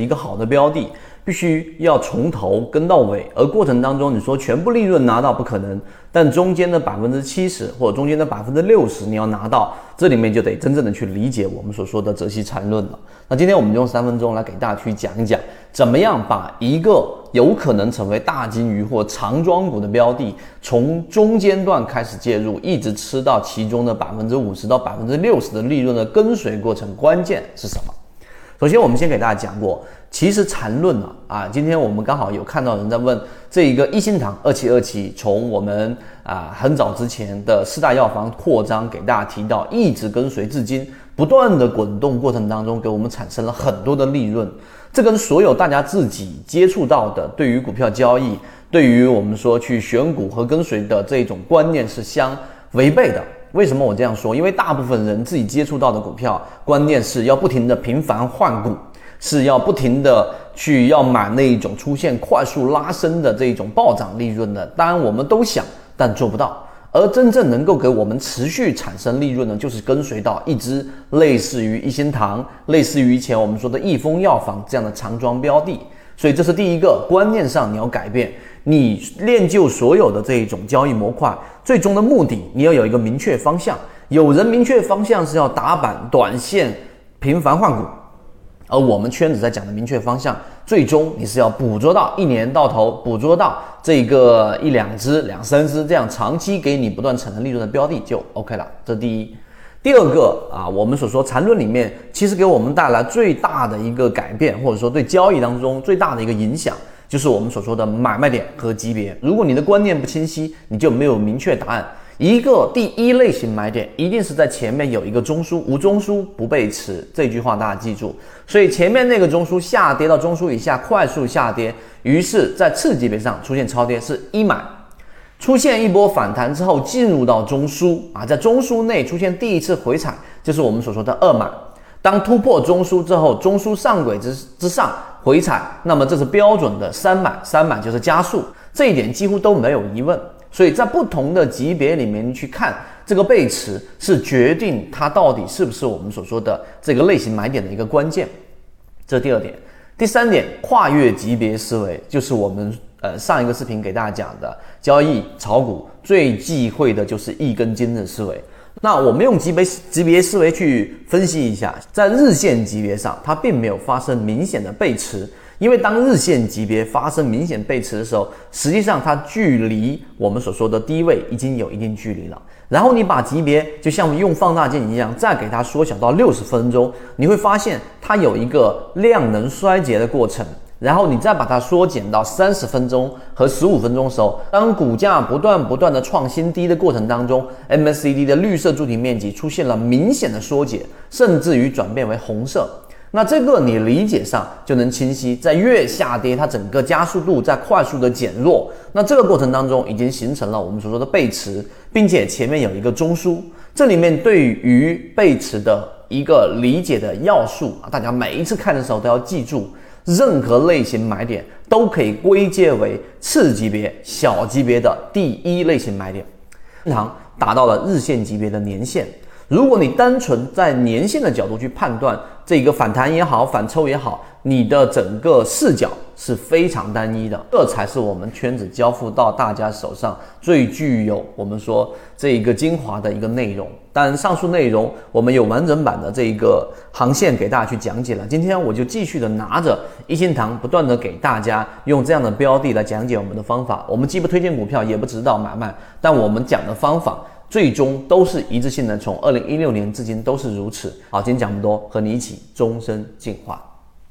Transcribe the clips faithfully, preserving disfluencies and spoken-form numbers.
一个好的标的，必须要从头跟到尾，而过程当中你说全部利润拿到不可能，但中间的 百分之七十 或者中间的 百分之六十 你要拿到，这里面就得真正的去理解我们所说的择期缠论了。那今天我们用三分钟来给大家去讲一讲，怎么样把一个有可能成为大金鱼或长庄股的标的，从中间段开始介入，一直吃到其中的 百分之五十 到 百分之六十 的利润的跟随过程，关键是什么？首先我们先给大家讲过，其实缠论呢，啊，今天我们刚好有看到人在问这一个一心堂二七二七，从我们啊很早之前的四大药房扩张给大家提到，一直跟随至今，不断的滚动过程当中，给我们产生了很多的利润。这跟所有大家自己接触到的对于股票交易，对于我们说去选股和跟随的这种观念是相违背的。为什么我这样说？因为大部分人自己接触到的股票观念是要不停的频繁换股，是要不停的去要买那一种出现快速拉升的这一种暴涨利润的。当然我们都想，但做不到。而真正能够给我们持续产生利润呢，就是跟随到一支类似于一心堂，类似于以前我们说的益丰药房这样的长庄标的。所以这是第一个观念上你要改变，你练就所有的这一种交易模块，最终的目的你要有一个明确方向。有人明确方向是要打板短线频繁换股，而我们圈子在讲的明确方向，最终你是要捕捉到一年到头捕捉到这个一两只两三只这样长期给你不断产生利润的标的就 OK 了。这第一。第二个啊，我们所说缠论里面其实给我们带来最大的一个改变，或者说对交易当中最大的一个影响，就是我们所说的买卖点和级别。如果你的观念不清晰，你就没有明确答案。一个第一类型买点一定是在前面有一个中枢，无中枢不背驰，这句话大家记住。所以前面那个中枢下跌到中枢以下快速下跌，于是在次级别上出现超跌是一买，出现一波反弹之后进入到中枢啊，在中枢内出现第一次回踩，就是我们所说的二买。当突破中枢之后，中枢上轨 之, 之上回踩，那么这是标准的三买，三买就是加速，这一点几乎都没有疑问。所以在不同的级别里面去看这个背驰，是决定它到底是不是我们所说的这个类型买点的一个关键。这第二点。第三点，跨越级别思维，就是我们呃上一个视频给大家讲的交易炒股最忌讳的就是一根筋的思维。那我们用级别级别思维去分析一下，在日线级别上它并没有发生明显的背驰，因为当日线级别发生明显背驰的时候，实际上它距离我们所说的低位已经有一定距离了。然后你把级别就像用放大镜一样，再给它缩小到六十分钟，你会发现它有一个量能衰竭的过程。然后你再把它缩减到三十分钟和十五分钟的时候，当股价不断不断的创新低的过程当中， M A C D 的绿色柱体面积出现了明显的缩减，甚至于转变为红色。那这个你理解上就能清晰，在越下跌它整个加速度在快速的减弱，那这个过程当中已经形成了我们所说的背驰，并且前面有一个中枢。这里面对于背驰的一个理解的要素啊，大家每一次看的时候都要记住，任何类型买点都可以归结为次级别小级别的第一类型买点。银行达到了日线级别的年线，如果你单纯在年线的角度去判断这个反弹也好反抽也好，你的整个视角是非常单一的，这才是我们圈子交付到大家手上最具有我们说这一个精华的一个内容。当然上述内容我们有完整版的这一个航线给大家去讲解了，今天我就继续的拿着一心堂不断的给大家用这样的标的来讲解我们的方法。我们既不推荐股票也不指导买卖，但我们讲的方法最终都是一致性的，从二零一六年至今都是如此。好，今天讲这么多，和你一起终身进化。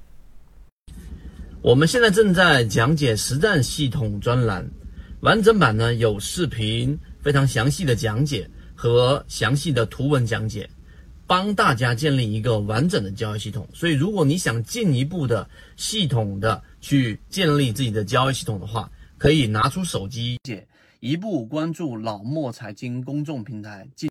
我们现在正在讲解实战系统专栏，完整版呢有视频非常详细的讲解和详细的图文讲解，帮大家建立一个完整的交易系统。所以如果你想进一步的系统的去建立自己的交易系统的话，可以拿出手机一步关注老莫财经公众平台。